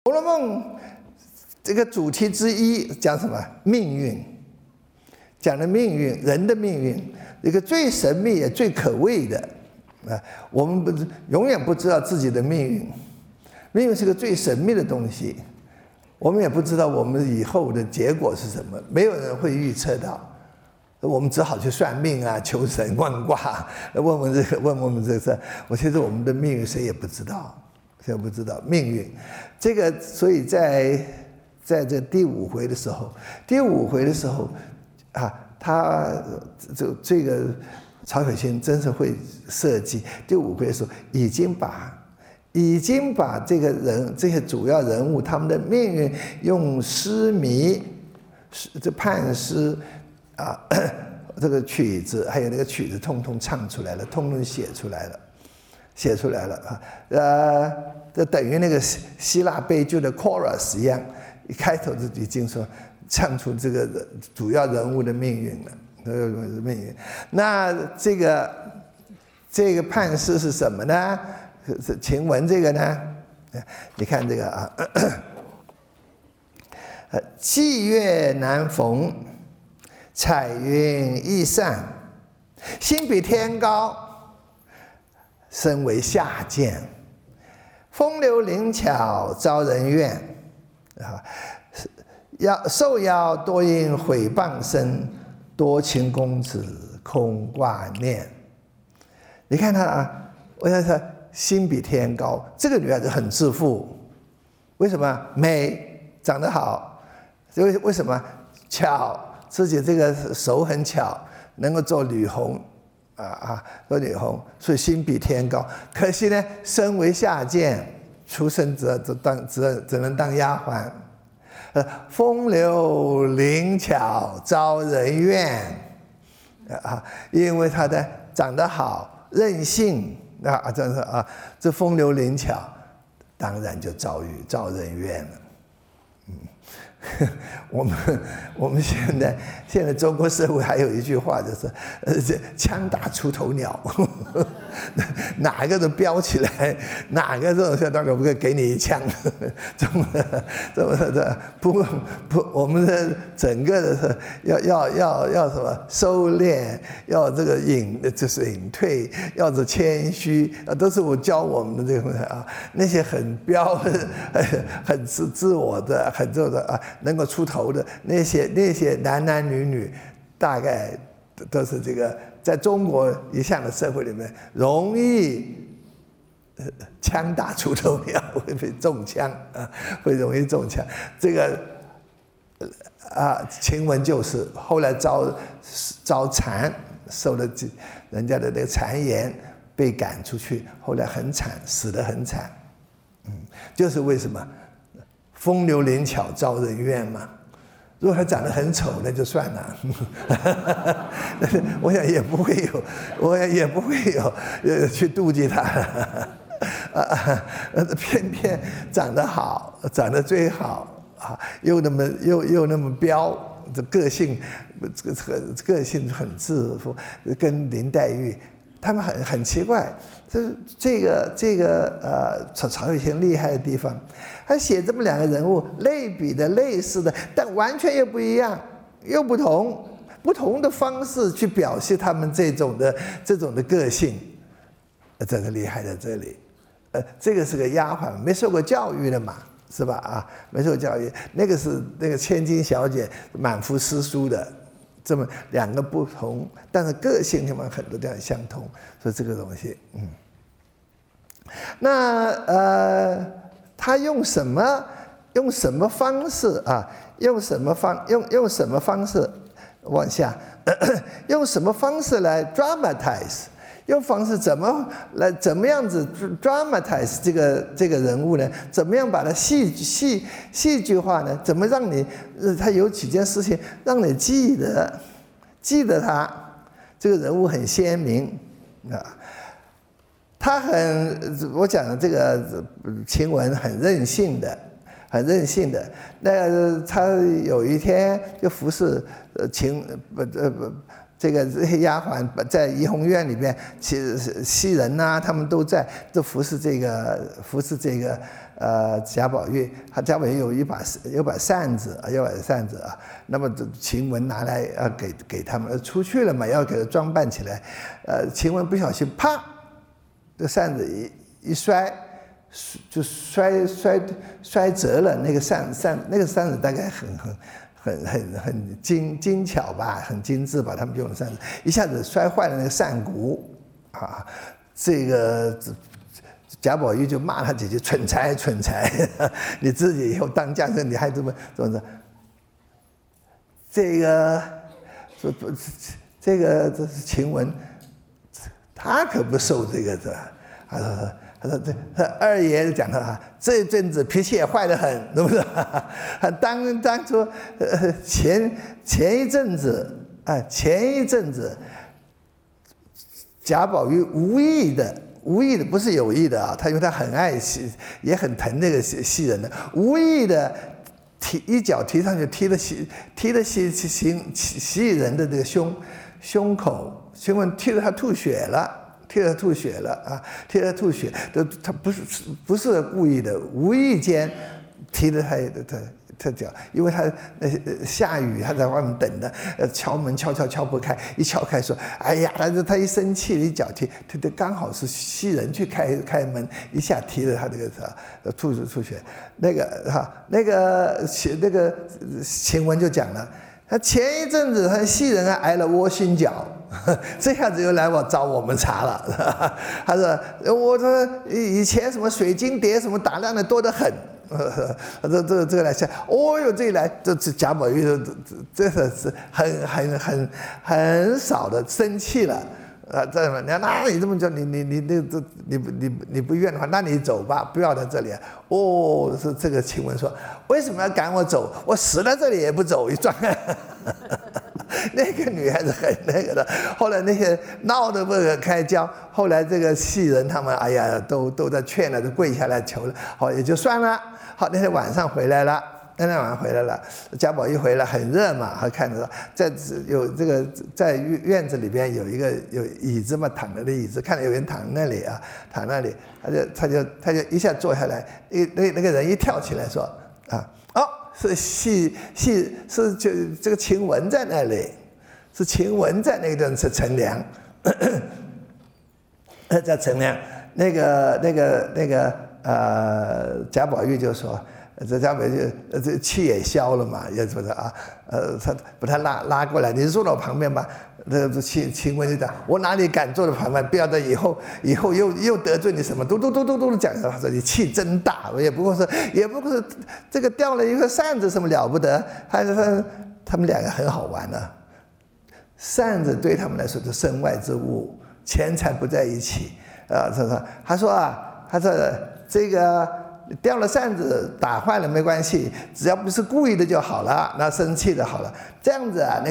红楼梦这个主题之一讲什么？命运，讲的命运，人的命运，一个最神秘也最可畏的啊！我们永远不知道自己的命运，命运是个最神秘的东西，我们也不知道我们以后的结果是什么，没有人会预测到。我们只好去算命啊，求神问卦，问问这个，问问这个。其实我们的命运谁也不知道，谁也不知道命运。这个，所以在这第五回的时候啊，他这个曹雪芹真是会设计。第五回的时候，已经把这个这些主要人物他们的命运用诗谜、这判诗啊，这个曲子还有那个曲子，通通唱出来了，通通写出来了啊！这等于那个希腊悲剧的 chorus 一样，一开头就已经说唱出这个主要人物的命运了。那这个判诗是什么呢？晴雯这个呢？你看这个啊，霁月难逢，彩云易散，心比天高，身为下贱。风流灵巧招人怨，啊，受邀多因毁谤身，多情公子空挂念。你看他啊，我想说心比天高，这个女孩子很自负，为什么？美，长得好，为什么？巧，自己这个手很巧，能够做女红。做女红，所以心比天高。可惜呢，身为下贱，出身只能当丫鬟。风流灵巧招人怨啊，因为她的长得好，任性啊，真是啊，这风流灵巧，当然就招人怨了。我们现在中国社会还有一句话，就是枪打出头鸟，哪个都飙起来，哪个这种大概不会给你一枪，这么不，我们的整个的要什么收敛，要这个就是隐退，要这谦虚啊，都是我教我们的这个啊，那些很飙、很自我的、很这个啊。能够出头的那些男女，大概都是这个在中国一向的社会里面容易枪打出头鸟，会被中枪啊，会容易中枪。这个晴雯就是后来遭谗，受了人家的那个谗言，被赶出去，后来很惨，死得很惨。就是为什么？风流灵巧招人怨嘛，如果他长得很丑，那就算了。我想也不会有去妒忌他。偏偏长得好，长得最好啊，又那么彪，这个性很自负，跟林黛玉他们很奇怪。这个曹雪芹厉害的地方，他写这么两个人物，类比的、类似的，但完全又不一样，又不同的方式去表现他们这种的个性，真的厉害在这里。这个是个丫鬟，没受过教育的嘛，是吧？啊，没受过教育，那个千金小姐，满腹诗书的。这么两个不同，但是个性他们很多地方相同，所以这个东西，那他用什么方式啊？用什么方式往下？用什么方式来 dramatize？ 用方式怎么样子 dramatize 这个人物呢？怎么样把它戏剧化呢？怎么让你他有几件事情让你记得他这个人物很鲜明啊？他我讲的这个晴雯很任性的。那他有一天就服侍这些丫鬟在怡红院里边，其实袭人呐、他们都服侍这个贾宝玉。贾宝玉有一把扇子啊，那么晴雯拿来给他们出去了嘛，要给他装扮起来。晴雯不小心啪，这扇子一摔，就摔折了。那个扇子大概很精巧吧，很精致吧，他们用的扇子一下子摔坏了那个扇骨啊。这个贾宝玉就骂他姐姐蠢材，你自己以后当家人你还这么着？这是晴雯，他可不受这个的。他说这二爷讲他这阵子脾气也坏得很，是不是？当初前一阵子，贾宝玉无意的不是有意的啊，因为他很爱惜，也很疼那个袭人的，无意的一脚踢上去，踢了袭人的这个胸口，晴雯踢得他吐血了。他不是故意的，无意间踢了他脚，因为他下雨，他在外面等的，敲门敲不开，一敲开说，哎呀，他一生气一脚踢，他刚好是袭人去开门，一下踢了他这个吐血，那个晴雯就讲了。他前一阵子他袭人挨了窝心脚，这下子又来找我们茬了。他说：“我说以前什么水晶碟什么打量的多得很。”这个来下，哦哟，这一来这贾宝玉这是很少的生气了。这么那你这么叫你不愿的话，那你走吧，不要在这里。哦，是这个晴雯说，为什么要赶我走？我死在这里也不走一转。那个女孩子很那个的。后来那些闹得不可开交，后来这个袭人他们，哎呀，都在劝了，都跪下来求了，好也就算了。好，那天晚上回来了。贾宝玉回来很热嘛，还看着在院子里边有椅子嘛，躺着的椅子，看到有人躺那里，他就一下坐下来，那个人一跳起来说是这个晴雯在那里，是晴雯在那个是乘凉，在乘凉，贾宝玉就说。这贾宝玉这气也消了嘛，也说的他把他拉过来，你坐到我旁边吧。晴雯就讲，我哪里敢坐到旁边？不要在以后又得罪你什么，都讲。他说你气真大，也不过是这个掉了一个扇子，什么了不得？他们两个很好玩呢。扇子对他们来说是身外之物，钱财不在一起。他说这个。掉了扇子打坏了没关系，只要不是故意的就好了，那生气的好了。这样子啊，那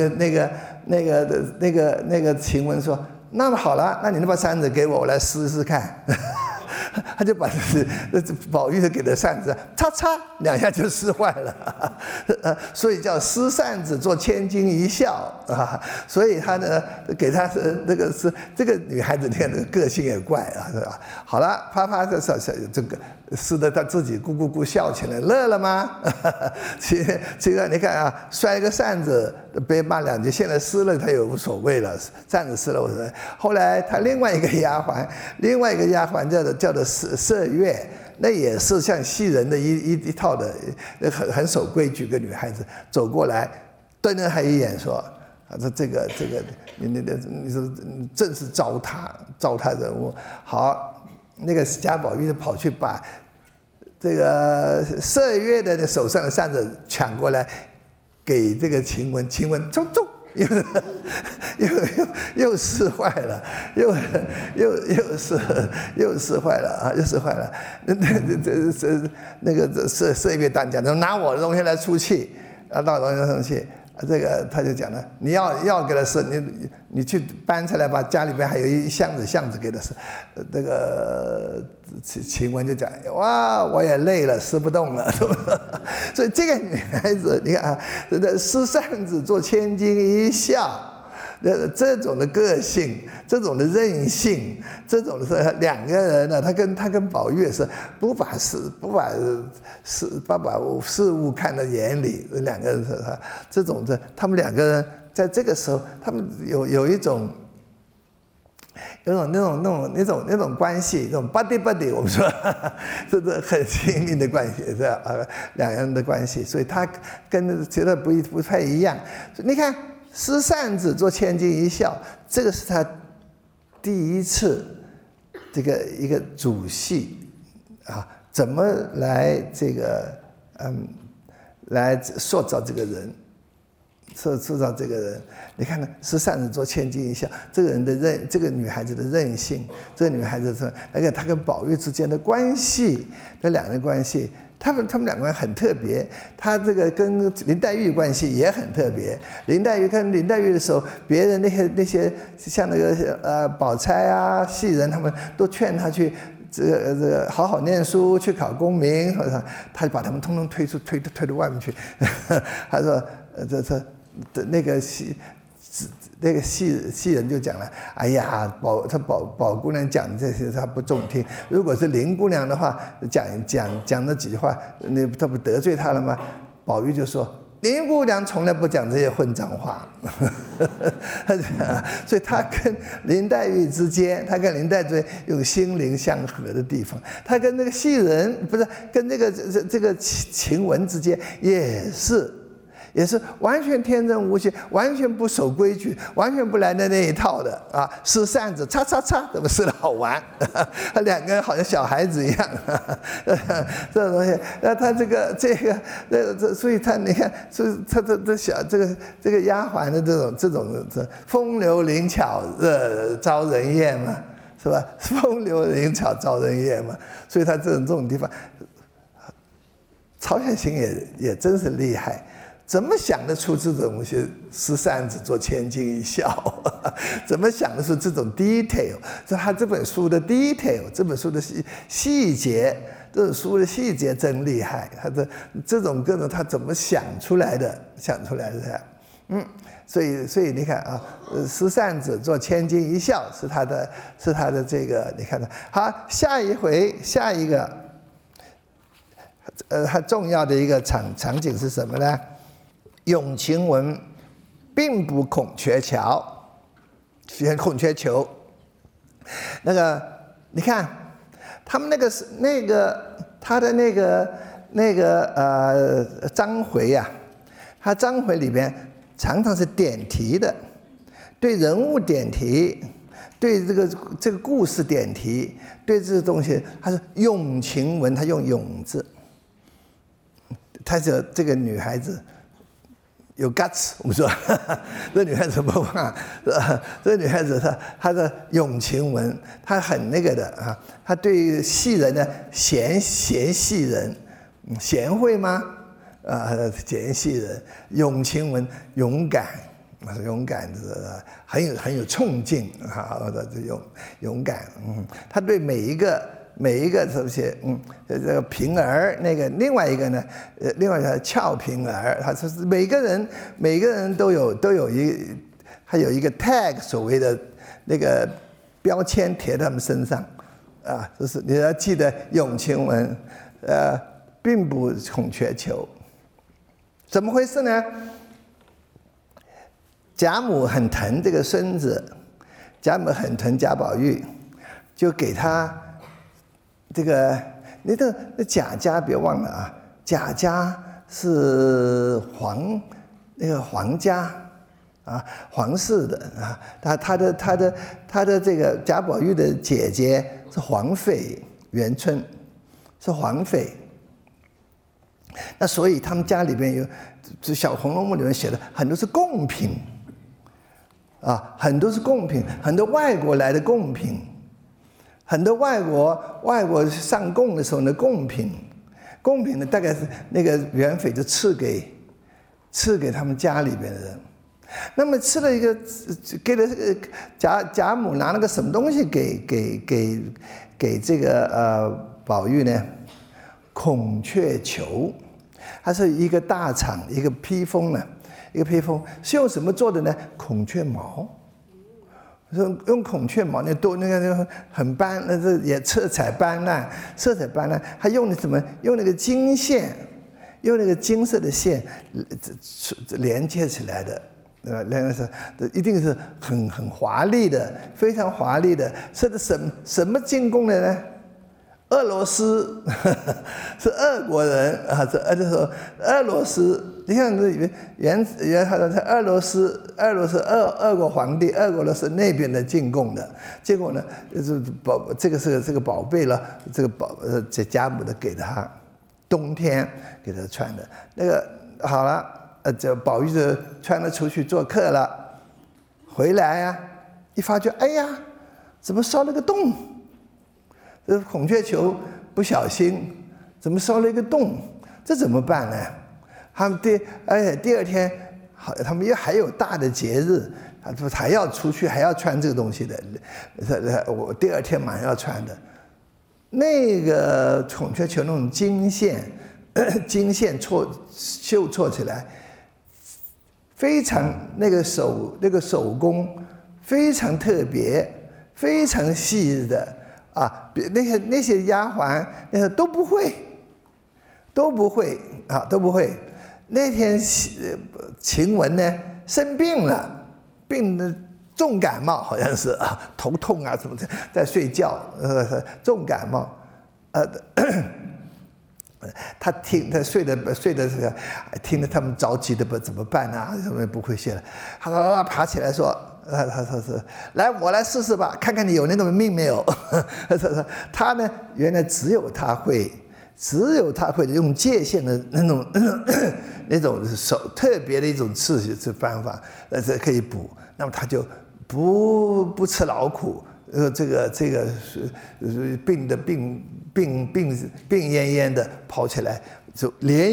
个晴雯说，那么好了，那你那把扇子给我来试试看。他就把宝玉给的扇子擦两下就撕坏了，所以叫撕扇子做千金一笑啊。所以他呢给他那个是这个女孩子，这个个性也怪啊，是吧？好了，啪的这个撕的他自己咕咕笑起来，乐了吗？其实你看啊，摔一个扇子被骂两句，现在撕了他也无所谓了，扇子撕了我说。后来他另外一个丫鬟叫做麝月，那也是像袭人的一套的，很守规矩个女孩子走过来，瞪了他一眼说：“说这个你说正是糟蹋人物。”好，那个贾宝玉就跑去把这个麝月的手上的扇子抢过来，给这个晴雯走。又撕坏了，又撕坏了啊！又撕坏了。那个麝月当家的拿我的东西来出气，拿我的东西生气。这个他就讲了，你要给他撕，你去搬出来吧，家里边还有一箱子给他撕。这个晴雯就讲，哇，我也累了，撕不动了。所以这个女孩子，你看啊，撕扇子做千金一笑。 这种的个性，这种的任性，这种的两个人呢，他跟宝玉是不把事物看在眼里，两个人这种的，他们两个人在这个时候，他们有一种。有那种关系，那种 buddy， 我们说，这是很亲密的关系，是吧？两个人的关系，所以他跟觉得不太一样。你看，施扇子做千金一笑，这个是他第一次这个一个主戏啊，怎么来这个来塑造这个人。塑造这个人，你看呢？施扇子做千金一笑，这个人的这个女孩子的任性，这个女孩子是，而且她跟宝玉之间的关系，这两人关系，他们两个人很特别。她这个跟林黛玉关系也很特别。林黛玉跟林黛玉的时候，别人那些像那个宝钗啊、袭人，他们都劝她去。这个好好念书，去考功名，他就把他们通通推到外面去。他说，那个戏人就讲了，哎呀，宝姑娘讲这些他不中听，如果是林姑娘的话，讲那几句话，他不得罪她了吗？宝玉就说。林姑娘从来不讲这些混账话，所以他跟林黛玉之间，有心灵相合的地方。他跟那个袭人，不是跟这个晴雯之间，也是完全天真无邪，完全不守规矩，完全不来的那一套的啊！施扇子，擦擦擦，怎么施的好玩？他两个人好像小孩子一样，这种东西。那他所以他你看，所以他这个丫鬟的这种风流灵巧招人厌嘛，是吧？风流灵巧招人厌嘛，所以他这种地方，曹雪芹也真是厉害。怎么想得出这种东西？施扇子做千金一笑，怎么想得出这种 detail？ 这他这本书的 detail， 这本书的细节，这本书的细节真厉害。他的这种各种他怎么想出来的？所以你看啊，施扇子做千金一笑是他的这个，你看到好，下一个，很重要的一个场景是什么呢？咏晴雯并不孔雀桥，选孔雀裘。那个你看，他们他的章回啊，他章回里边常常是点题的，对人物点题，对这个故事点题，对这个东西，他是咏晴雯，他用咏字，他是这个女孩子。有 guts， 我们说，这女孩子不怕，这女孩子她的咏晴雯，她很那个的啊，她对戏人呢嫌戏人，贤惠吗？嫌戏人，咏晴雯勇敢的，很有冲劲啊的勇敢，她对每一个这些，这个平儿，另外一个呢，另外一个俏平儿，他说是每个人都有还有一个 tag， 所谓的那个标签贴在他们身上，啊，就是你要记得咏晴雯，并不孔雀裘，怎么回事呢？贾母很疼这个孙子，贾母很疼贾宝玉，就给他。这个，那贾家别忘了啊，贾家是皇家啊，皇室的啊。他的这个贾宝玉的姐姐是皇妃元春，是皇妃。那所以他们家里边有，就小《红楼梦》里面写的很多是贡品啊，很多是贡品，很多外国来的贡品。很多外国上贡的时候呢，贡品呢，大概是那个元妃就赐给他们家里边的人。那么赐了一个，给了贾母拿了个什么东西给这个宝玉呢？孔雀裘，它是一个大厂一个披风呢， 一个披风是用什么做的呢？孔雀毛。用孔雀毛，那个很斑，那这也色彩斑斓，还用的什么？用那个金线，用那个金色的线连接起来的，那是一定是很华丽的，非常华丽的。是什么进贡的呢？俄罗斯是俄国人啊，就是说俄罗斯。你看这原他说是俄罗斯俄国皇帝，俄罗斯那边的进贡的，结果呢，这个宝贝了，这家母的给他，冬天给他穿的那个好了，这宝玉就穿了出去做客了，回来啊，一发觉，哎呀，怎么烧了个洞？这孔雀球不小心怎么烧了一个洞？这怎么办呢？他们而且第二天，他们还有大的节日，还要出去，还要穿这个东西的。我第二天马上要穿的，那个孔雀球那种金线绣错起来，非常那个手工非常特别，非常细致的啊，那些丫鬟那些都不会啊，都不会。那天晴雯呢生病了，病得重感冒，好像是啊，头痛啊什么的，在睡觉，重感冒，他睡的这个，听着他们着急的不怎么办啊？什么不会写了？他爬起来说，他说是来我来试试吧，看看你有那种命没有？他呢，原来只有他会用界限的那种特别的一种刺激这方法，这可以补。那么他就不吃劳苦，这个病恹恹的跑起来，就连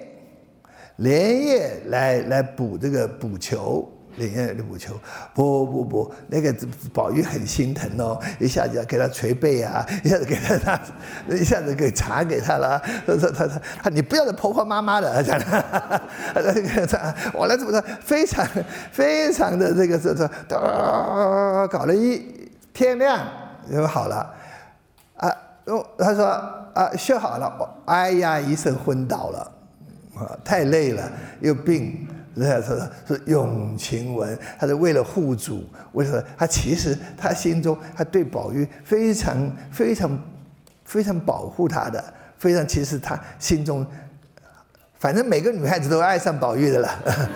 夜来补这个补球。连夜的补球，不，那个宝玉很心疼哦，一下子要给他捶背啊，一下子给茶给他了，他你不要再婆婆妈妈的，讲我来怎么说，非常的这个搞了天亮就好了啊，他说啊修好了，哎呀一声昏倒了啊，太累了又病。是永晴雯，他是为了护主，为什么？他其实他心中他对宝玉非常保护他的，其实他心中，反正每个女孩子都爱上宝玉的了，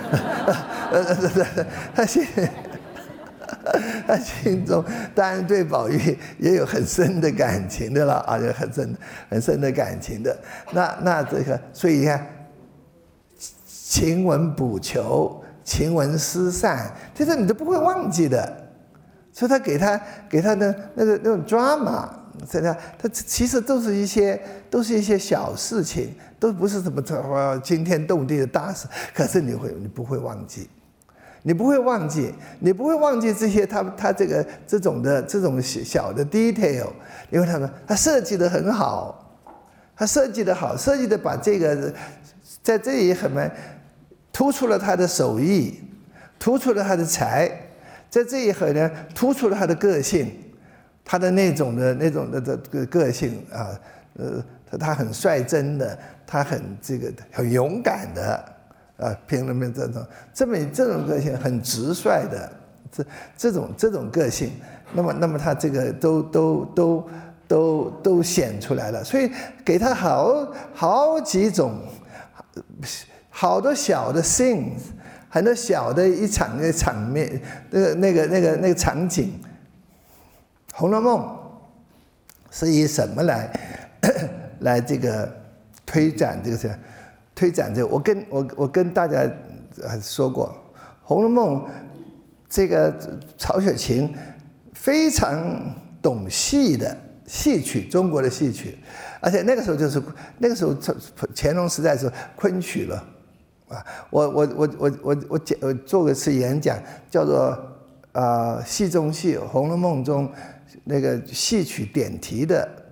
他心中当然对宝玉也有很深的感情的了啊，有很深的感情的。那这个，所以你看。晴雯补球，晴雯失散，这些你都不会忘记的。所以他给他的那种 drama， 他其实都是一些小事情，都不是什么惊天动地的大事。可是你不会忘记，你不会忘记这些他这种小的 detail， 因为他设计的很好，设计的把这个在这里突出了他的手艺，突出了他的才，在这一回呢，突出了他的个性，他的那种的个性啊，他很率真的，他很很勇敢的啊，凭了这种个性很直率的这种个性，那么他这个都显出来了，所以给他好几种。好多小的 scenes， 很多小的一场的场面，那个场景，《红楼梦》是以什么来这个推展这个？我跟大家说过，《红楼梦》这个曹雪芹非常懂戏的戏曲，中国的戏曲，而且那个时候乾隆时代的时候昆曲了。啊，我做过一次演讲，叫做戏中戏，《红楼梦》中那个戏曲点题的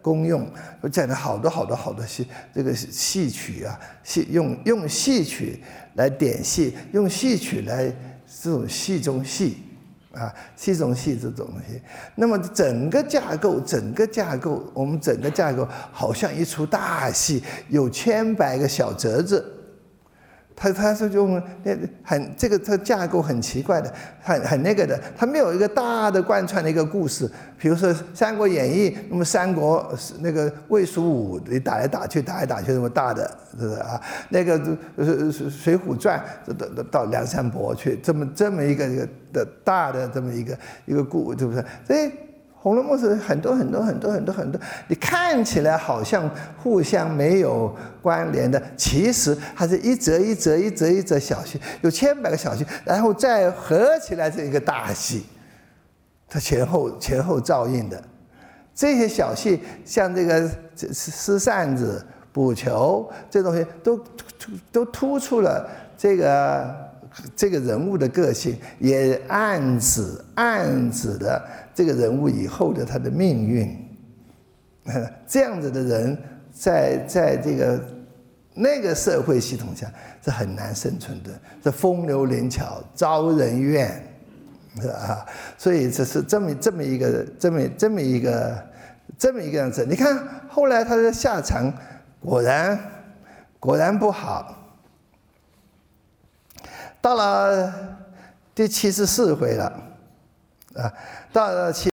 功用，我讲了好多戏曲啊，用戏曲来点戏，用戏曲来这种戏中戏啊，戏中戏这种东西。那么整个架构，我们整个架构好像一出大戏，有千百个小折子。他是用这个架构很奇怪的，很那个的，他没有一个大的贯穿的一个故事。比如说《三国演义》，那么三国那个魏蜀吴你打来打去那么大的，是不是啊？那个《水浒传》到梁山伯去，这么一个的大的这么一个故，是不是？所以《红楼梦》是很多，你看起来好像互相没有关联的，其实它是一则小戏，有千百个小戏，然后再合起来这一个大戏，它前后照应的。这些小戏，像这个撕扇子、补球这东西，都突出了这个人物的个性，也暗指的这个人物以后的他的命运。这样子的人在这个那个社会系统下是很难生存的，是风流灵巧招人怨，是吧？所以这是这么一个样子。你看后来他的下场果然不好。到了第74回了，到了